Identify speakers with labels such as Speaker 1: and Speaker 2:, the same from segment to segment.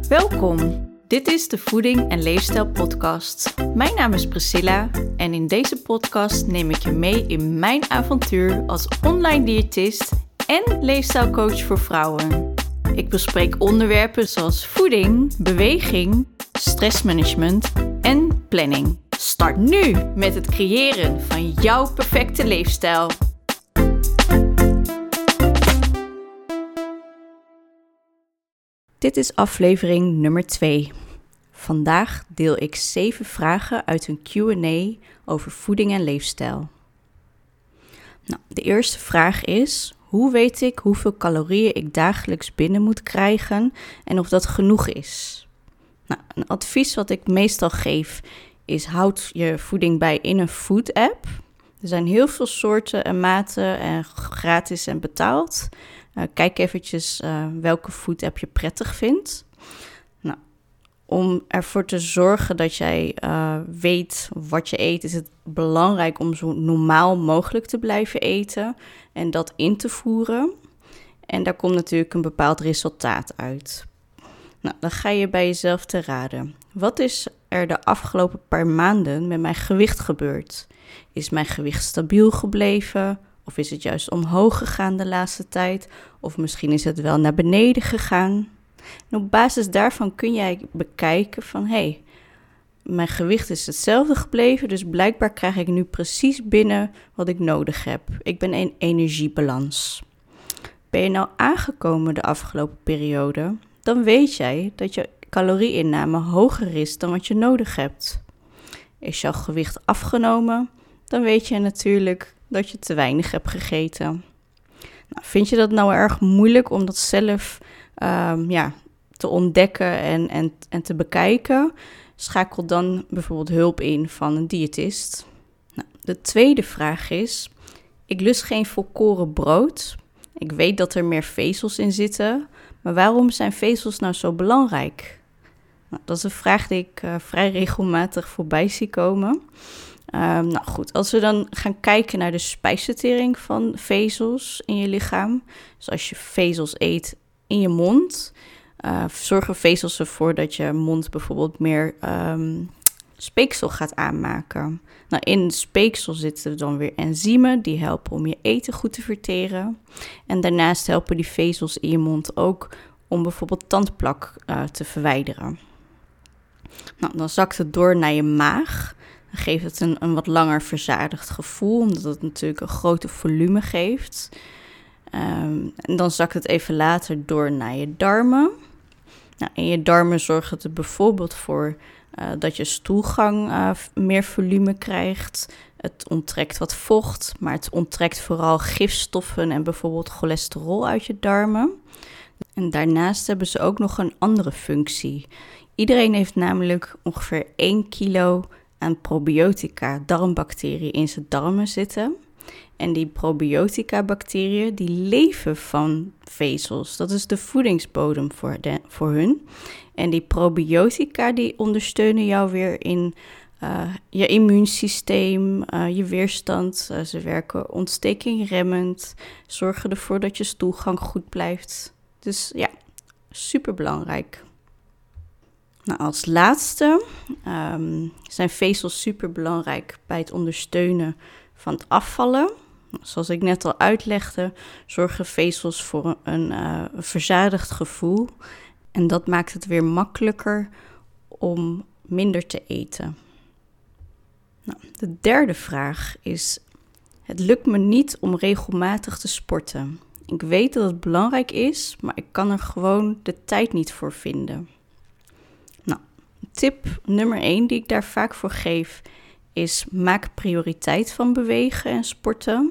Speaker 1: Welkom, dit is de Voeding en Leefstijl podcast. Mijn naam is Priscilla en in deze podcast neem ik je mee in mijn avontuur als online diëtist en leefstijlcoach voor vrouwen. Ik bespreek onderwerpen zoals voeding, beweging, stressmanagement en planning. Start nu met het creëren van jouw perfecte leefstijl. Dit is aflevering nummer 2. Vandaag deel ik 7 vragen uit een Q&A over voeding en leefstijl. De eerste vraag is: hoe weet ik hoeveel calorieën ik dagelijks binnen moet krijgen en of dat genoeg is? Een advies wat ik meestal geef is: houd je voeding bij in een food app. Er zijn heel veel soorten en maten, en gratis en betaald. Kijk eventjes welke food app je prettig vindt. Om ervoor te zorgen dat jij weet wat je eet, is het belangrijk om zo normaal mogelijk te blijven eten en dat in te voeren. En daar komt natuurlijk een bepaald resultaat uit. Dan ga je bij jezelf te raden. Wat is er de afgelopen paar maanden met mijn gewicht gebeurd? Is mijn gewicht stabiel gebleven? Of is het juist omhoog gegaan de laatste tijd? Of misschien is het wel naar beneden gegaan? En op basis daarvan kun jij bekijken van mijn gewicht is hetzelfde gebleven, dus blijkbaar krijg ik nu precies binnen wat ik nodig heb. Ik ben in energiebalans. Ben je nou aangekomen de afgelopen periode, dan weet jij dat je calorieinname hoger is dan wat je nodig hebt. Is jouw gewicht afgenomen, dan weet je natuurlijk dat je te weinig hebt gegeten. Vind je dat nou erg moeilijk om dat zelf te ontdekken en te bekijken? Schakel dan bijvoorbeeld hulp in van een diëtist. De tweede vraag is: ik lust geen volkoren brood. Ik weet dat er meer vezels in zitten, maar waarom zijn vezels nou zo belangrijk? Dat is een vraag die ik vrij regelmatig voorbij zie komen. Als we dan gaan kijken naar de spijsvertering van vezels in je lichaam. Dus als je vezels eet in je mond, zorgen vezels ervoor dat je mond bijvoorbeeld meer speeksel gaat aanmaken. In speeksel zitten dan weer enzymen die helpen om je eten goed te verteren. En daarnaast helpen die vezels in je mond ook om bijvoorbeeld tandplak te verwijderen. Dan zakt het door naar je maag. Dan geeft het een wat langer verzadigd gevoel, omdat het natuurlijk een groter volume geeft. En dan zakt het even later door naar je darmen. In je darmen zorgt het er bijvoorbeeld voor dat je stoelgang meer volume krijgt. Het onttrekt wat vocht, maar het onttrekt vooral gifstoffen en bijvoorbeeld cholesterol uit je darmen. En daarnaast hebben ze ook nog een andere functie. Iedereen heeft namelijk ongeveer 1 kilo aan probiotica, darmbacteriën in zijn darmen zitten. En die probiotica-bacteriën die leven van vezels. Dat is de voedingsbodem voor hun. En die probiotica die ondersteunen jou weer in je immuunsysteem, je weerstand. Ze werken ontstekingremmend, zorgen ervoor dat je stoelgang goed blijft. Dus ja, superbelangrijk. Als laatste zijn vezels superbelangrijk bij het ondersteunen van het afvallen. Zoals ik net al uitlegde, zorgen vezels voor een verzadigd gevoel. En dat maakt het weer makkelijker om minder te eten. De derde vraag is: het lukt me niet om regelmatig te sporten. Ik weet dat het belangrijk is, maar ik kan er gewoon de tijd niet voor vinden. Tip nummer 1 die ik daar vaak voor geef is: maak prioriteit van bewegen en sporten.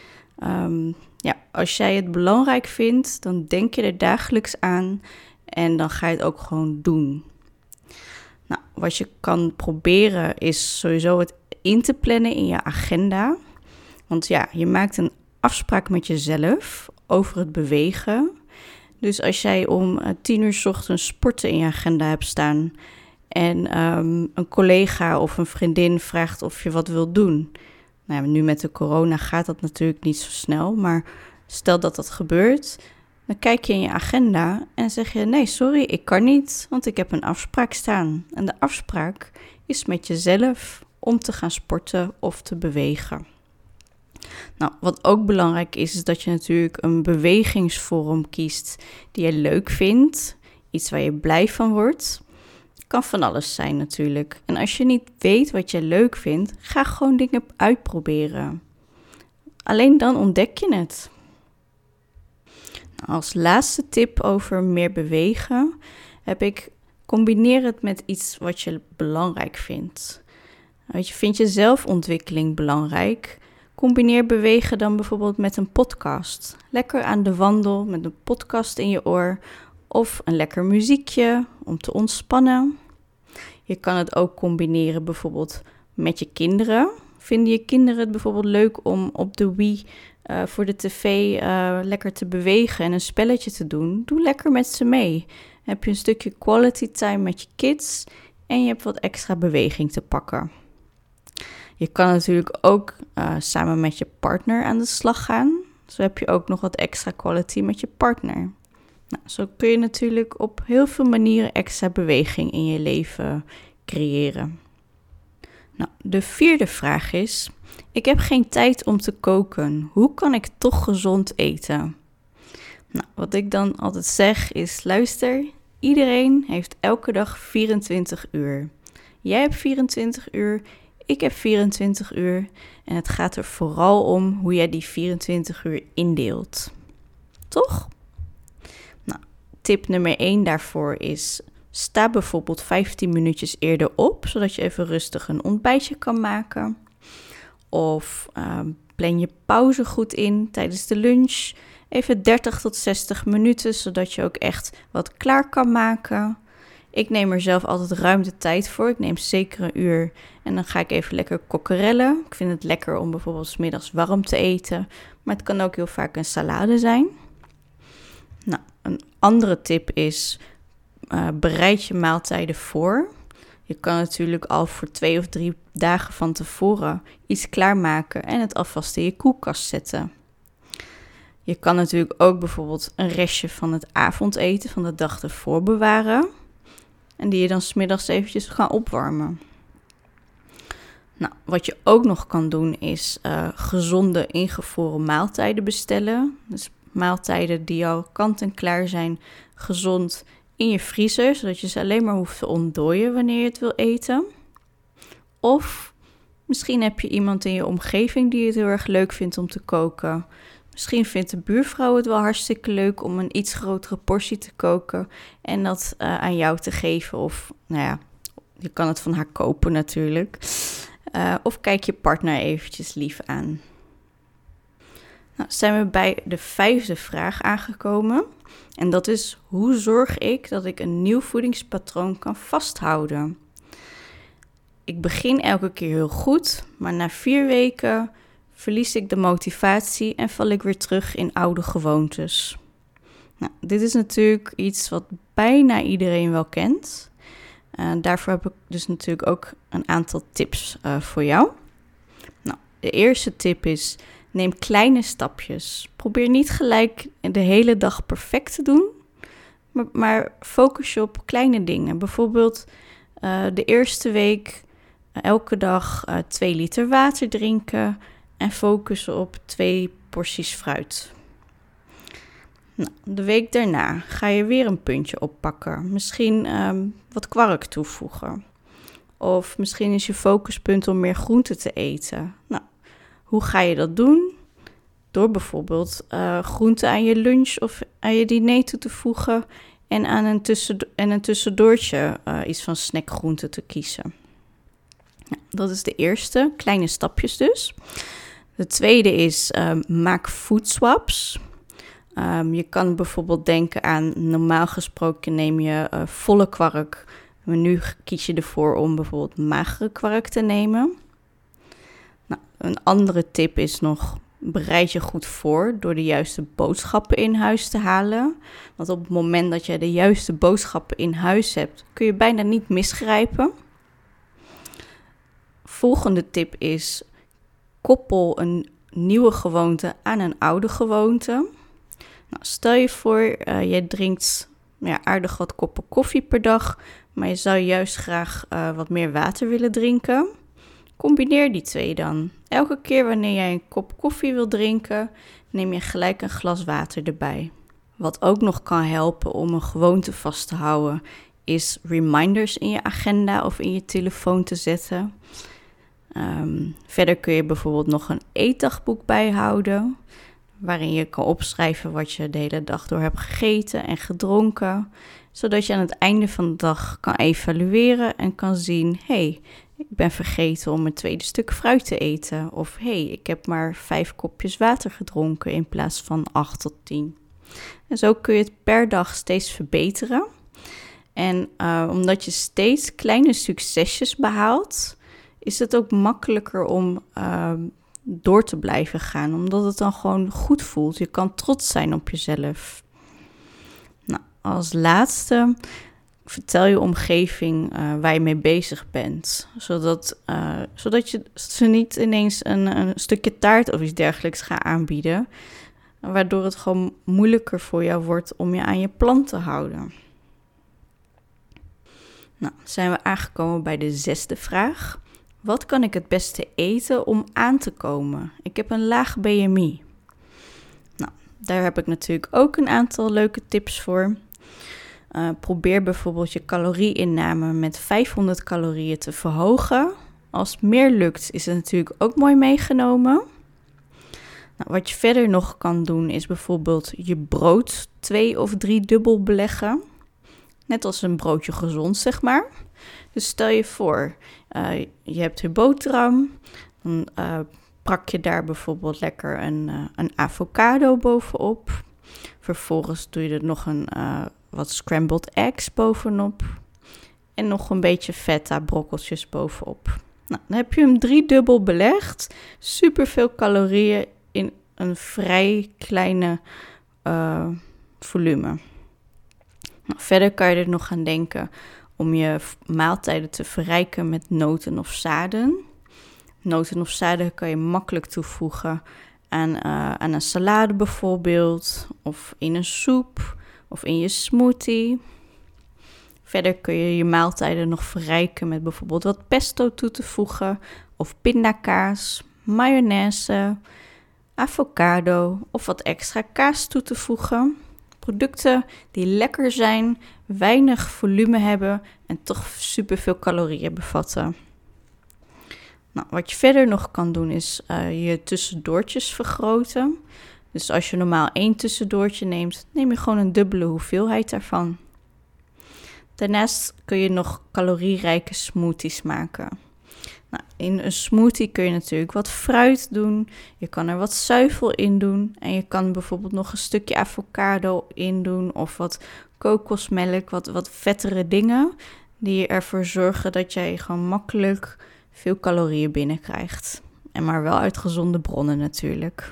Speaker 1: Als jij het belangrijk vindt, dan denk je er dagelijks aan en dan ga je het ook gewoon doen. Wat je kan proberen is sowieso het in te plannen in je agenda. Want je maakt een afspraak met jezelf over het bewegen. Dus als jij om 10 uur 's ochtends sporten in je agenda hebt staan en een collega of een vriendin vraagt of je wat wilt doen. Nu met de corona gaat dat natuurlijk niet zo snel, maar stel dat dat gebeurt, Dan kijk je in je agenda en zeg je, nee, sorry, ik kan niet, want ik heb een afspraak staan. En de afspraak is met jezelf om te gaan sporten of te bewegen. Nou, wat ook belangrijk is dat je natuurlijk een bewegingsvorm kiest die je leuk vindt. Iets waar je blij van wordt. Kan van alles zijn natuurlijk. En als je niet weet wat je leuk vindt, ga gewoon dingen uitproberen. Alleen dan ontdek je het. Nou, als laatste tip over meer bewegen heb ik: combineer het met iets wat je belangrijk vindt. Vind je zelfontwikkeling belangrijk? Combineer bewegen dan bijvoorbeeld met een podcast. Lekker aan de wandel met een podcast in je oor of een lekker muziekje om te ontspannen. Je kan het ook combineren bijvoorbeeld met je kinderen. Vinden je kinderen het bijvoorbeeld leuk om op de Wii voor de tv lekker te bewegen en een spelletje te doen? Doe lekker met ze mee. Dan heb je een stukje quality time met je kids en je hebt wat extra beweging te pakken. Je kan natuurlijk ook samen met je partner aan de slag gaan. Zo heb je ook nog wat extra quality met je partner. Nou, zo kun je natuurlijk op heel veel manieren extra beweging in je leven creëren. Nou, de 4e vraag is: ik heb geen tijd om te koken. Hoe kan ik toch gezond eten? Nou, wat ik dan altijd zeg is: luister, iedereen heeft elke dag 24 uur. Jij hebt 24 uur, ik heb 24 uur. En het gaat er vooral om hoe jij die 24 uur indeelt. Toch? Nou, tip nummer 1 daarvoor is: sta bijvoorbeeld 15 minuutjes eerder op, zodat je even rustig een ontbijtje kan maken. Of plan je pauze goed in tijdens de lunch. Even 30 tot 60 minuten, zodat je ook echt wat klaar kan maken. Ik neem er zelf altijd ruim de tijd voor. Ik neem zeker een uur en dan ga ik even lekker kokkerellen. Ik vind het lekker om bijvoorbeeld 's middags warm te eten, maar het kan ook heel vaak een salade zijn. Nou, een andere tip is: bereid je maaltijden voor. Je kan natuurlijk al voor 2 of 3 dagen van tevoren iets klaarmaken en het alvast in je koelkast zetten. Je kan natuurlijk ook bijvoorbeeld een restje van het avondeten van de dag ervoor bewaren en die je dan 's middags eventjes gaan opwarmen. Nou, wat je ook nog kan doen is gezonde ingevroren maaltijden bestellen. Dus maaltijden die al kant en klaar zijn, gezond in je vriezer, zodat je ze alleen maar hoeft te ontdooien wanneer je het wil eten. Of misschien heb je iemand in je omgeving die het heel erg leuk vindt om te koken. Misschien vindt de buurvrouw het wel hartstikke leuk om een iets grotere portie te koken en dat aan jou te geven. Of, nou ja, je kan het van haar kopen natuurlijk. Of kijk je partner eventjes lief aan. Nou, zijn we bij de 5e vraag aangekomen. En dat is: hoe zorg ik dat ik een nieuw voedingspatroon kan vasthouden? Ik begin elke keer heel goed, maar na 4 weken verlies ik de motivatie en val ik weer terug in oude gewoontes. Nou, dit is natuurlijk iets wat bijna iedereen wel kent. Daarvoor heb ik dus natuurlijk ook een aantal tips voor jou. Nou, de eerste tip is: neem kleine stapjes. Probeer niet gelijk de hele dag perfect te doen, maar focus je op kleine dingen. Bijvoorbeeld de eerste week elke dag 2 liter water drinken en focussen op 2 porties fruit. Nou, de week daarna ga je weer een puntje oppakken. Misschien wat kwark toevoegen. Of misschien is je focuspunt om meer groente te eten. Nou, hoe ga je dat doen? Door bijvoorbeeld groente aan je lunch of aan je diner toe te voegen en aan een tussendoortje iets van snackgroente te kiezen. Nou, dat is de eerste, kleine stapjes dus. De tweede is maak food swaps. Je kan bijvoorbeeld denken aan: normaal gesproken neem je volle kwark, maar nu kies je ervoor om bijvoorbeeld magere kwark te nemen. Nou, een andere tip is nog: bereid je goed voor door de juiste boodschappen in huis te halen. Want op het moment dat je de juiste boodschappen in huis hebt, kun je bijna niet misgrijpen. Volgende tip is: koppel een nieuwe gewoonte aan een oude gewoonte. Nou, stel je voor, jij drinkt aardig wat koppen koffie per dag, maar je zou juist graag wat meer water willen drinken. Combineer die twee dan. Elke keer wanneer jij een kop koffie wil drinken, neem je gelijk een glas water erbij. Wat ook nog kan helpen om een gewoonte vast te houden, is reminders in je agenda of in je telefoon te zetten. Verder kun je bijvoorbeeld nog een eetdagboek bijhouden, waarin je kan opschrijven wat je de hele dag door hebt gegeten en gedronken, zodat je aan het einde van de dag kan evalueren en kan zien, ik ben vergeten om een tweede stuk fruit te eten. Of ik heb maar 5 kopjes water gedronken in plaats van 8 tot 10. En zo kun je het per dag steeds verbeteren. En omdat je steeds kleine succesjes behaalt, is het ook makkelijker om door te blijven gaan. Omdat het dan gewoon goed voelt. Je kan trots zijn op jezelf. Nou, als laatste, vertel je omgeving waar je mee bezig bent. Zodat je ze niet ineens een stukje taart of iets dergelijks gaat aanbieden. Waardoor het gewoon moeilijker voor jou wordt om je aan je plan te houden. Nou, zijn we aangekomen bij de 6e vraag. Wat kan ik het beste eten om aan te komen? Ik heb een laag BMI. Nou, daar heb ik natuurlijk ook een aantal leuke tips voor. Probeer bijvoorbeeld je calorieinname met 500 calorieën te verhogen. Als het meer lukt, is het natuurlijk ook mooi meegenomen. Nou, wat je verder nog kan doen, is bijvoorbeeld je brood 2 of 3 dubbel beleggen. Net als een broodje gezond, zeg maar. Dus stel je voor, je hebt je boterham. Dan prak je daar bijvoorbeeld lekker een avocado bovenop. Vervolgens doe je er nog wat scrambled eggs bovenop. En nog een beetje feta brokkeltjes bovenop. Nou, dan heb je hem 3 dubbel belegd. Super veel calorieën in een vrij kleine volume. Nou, verder kan je er nog aan denken om je maaltijden te verrijken met noten of zaden. Noten of zaden kan je makkelijk toevoegen aan een salade bijvoorbeeld, of in een soep, of in je smoothie. Verder kun je je maaltijden nog verrijken met bijvoorbeeld wat pesto toe te voegen, of pindakaas, mayonaise, avocado of wat extra kaas toe te voegen. Producten die lekker zijn, weinig volume hebben en toch superveel calorieën bevatten. Nou, wat je verder nog kan doen is je tussendoortjes vergroten. Dus als je normaal 1 tussendoortje neemt, neem je gewoon een dubbele hoeveelheid daarvan. Daarnaast kun je nog calorierijke smoothies maken. Nou, in een smoothie kun je natuurlijk wat fruit doen. Je kan er wat zuivel in doen. En je kan bijvoorbeeld nog een stukje avocado in doen. Of wat kokosmelk, wat vettere dingen. Die ervoor zorgen dat jij gewoon makkelijk veel calorieën binnenkrijgt. En maar wel uit gezonde bronnen natuurlijk.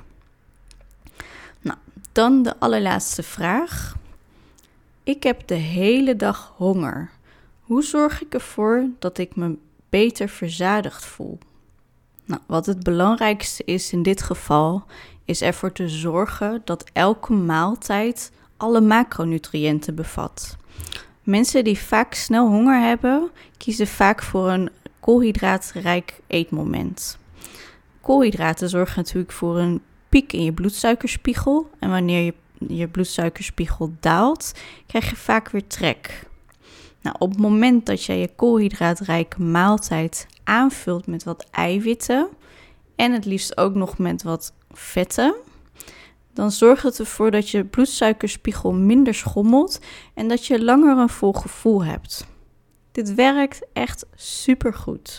Speaker 1: Nou, dan de allerlaatste vraag. Ik heb de hele dag honger. Hoe zorg ik ervoor dat ik me beter verzadigd voel? Nou, wat het belangrijkste is in dit geval, is ervoor te zorgen dat elke maaltijd alle macronutriënten bevat. Mensen die vaak snel honger hebben, kiezen vaak voor een koolhydraatrijk eetmoment. Koolhydraten zorgen natuurlijk voor een piek in je bloedsuikerspiegel. En wanneer je bloedsuikerspiegel daalt, krijg je vaak weer trek. Nou, op het moment dat jij je koolhydraatrijke maaltijd aanvult met wat eiwitten en het liefst ook nog met wat vetten, dan zorgt het ervoor dat je bloedsuikerspiegel minder schommelt en dat je langer een vol gevoel hebt. Dit werkt echt supergoed.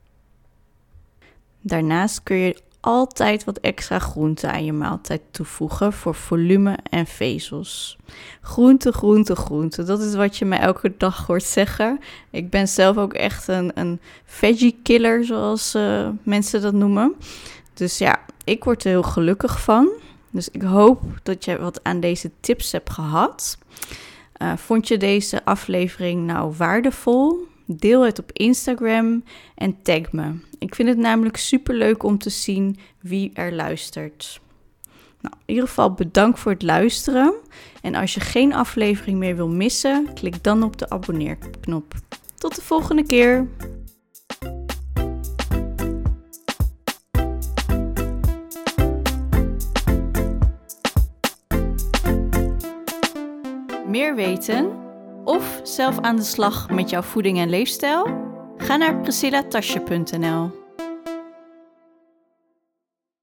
Speaker 1: Daarnaast kun je altijd wat extra groente aan je maaltijd toevoegen voor volume en vezels. Groente, groente, groente. Dat is wat je mij elke dag hoort zeggen. Ik ben zelf ook echt een veggie killer, zoals mensen dat noemen. Dus ja, ik word er heel gelukkig van. Dus ik hoop dat je wat aan deze tips hebt gehad. Vond je deze aflevering nou waardevol? Deel het op Instagram en tag me. Ik vind het namelijk superleuk om te zien wie er luistert. Nou, in ieder geval bedankt voor het luisteren. En als je geen aflevering meer wil missen, klik dan op de abonneerknop. Tot de volgende keer! Meer weten of zelf aan de slag met jouw voeding en leefstijl? Ga naar priscillatasje.nl.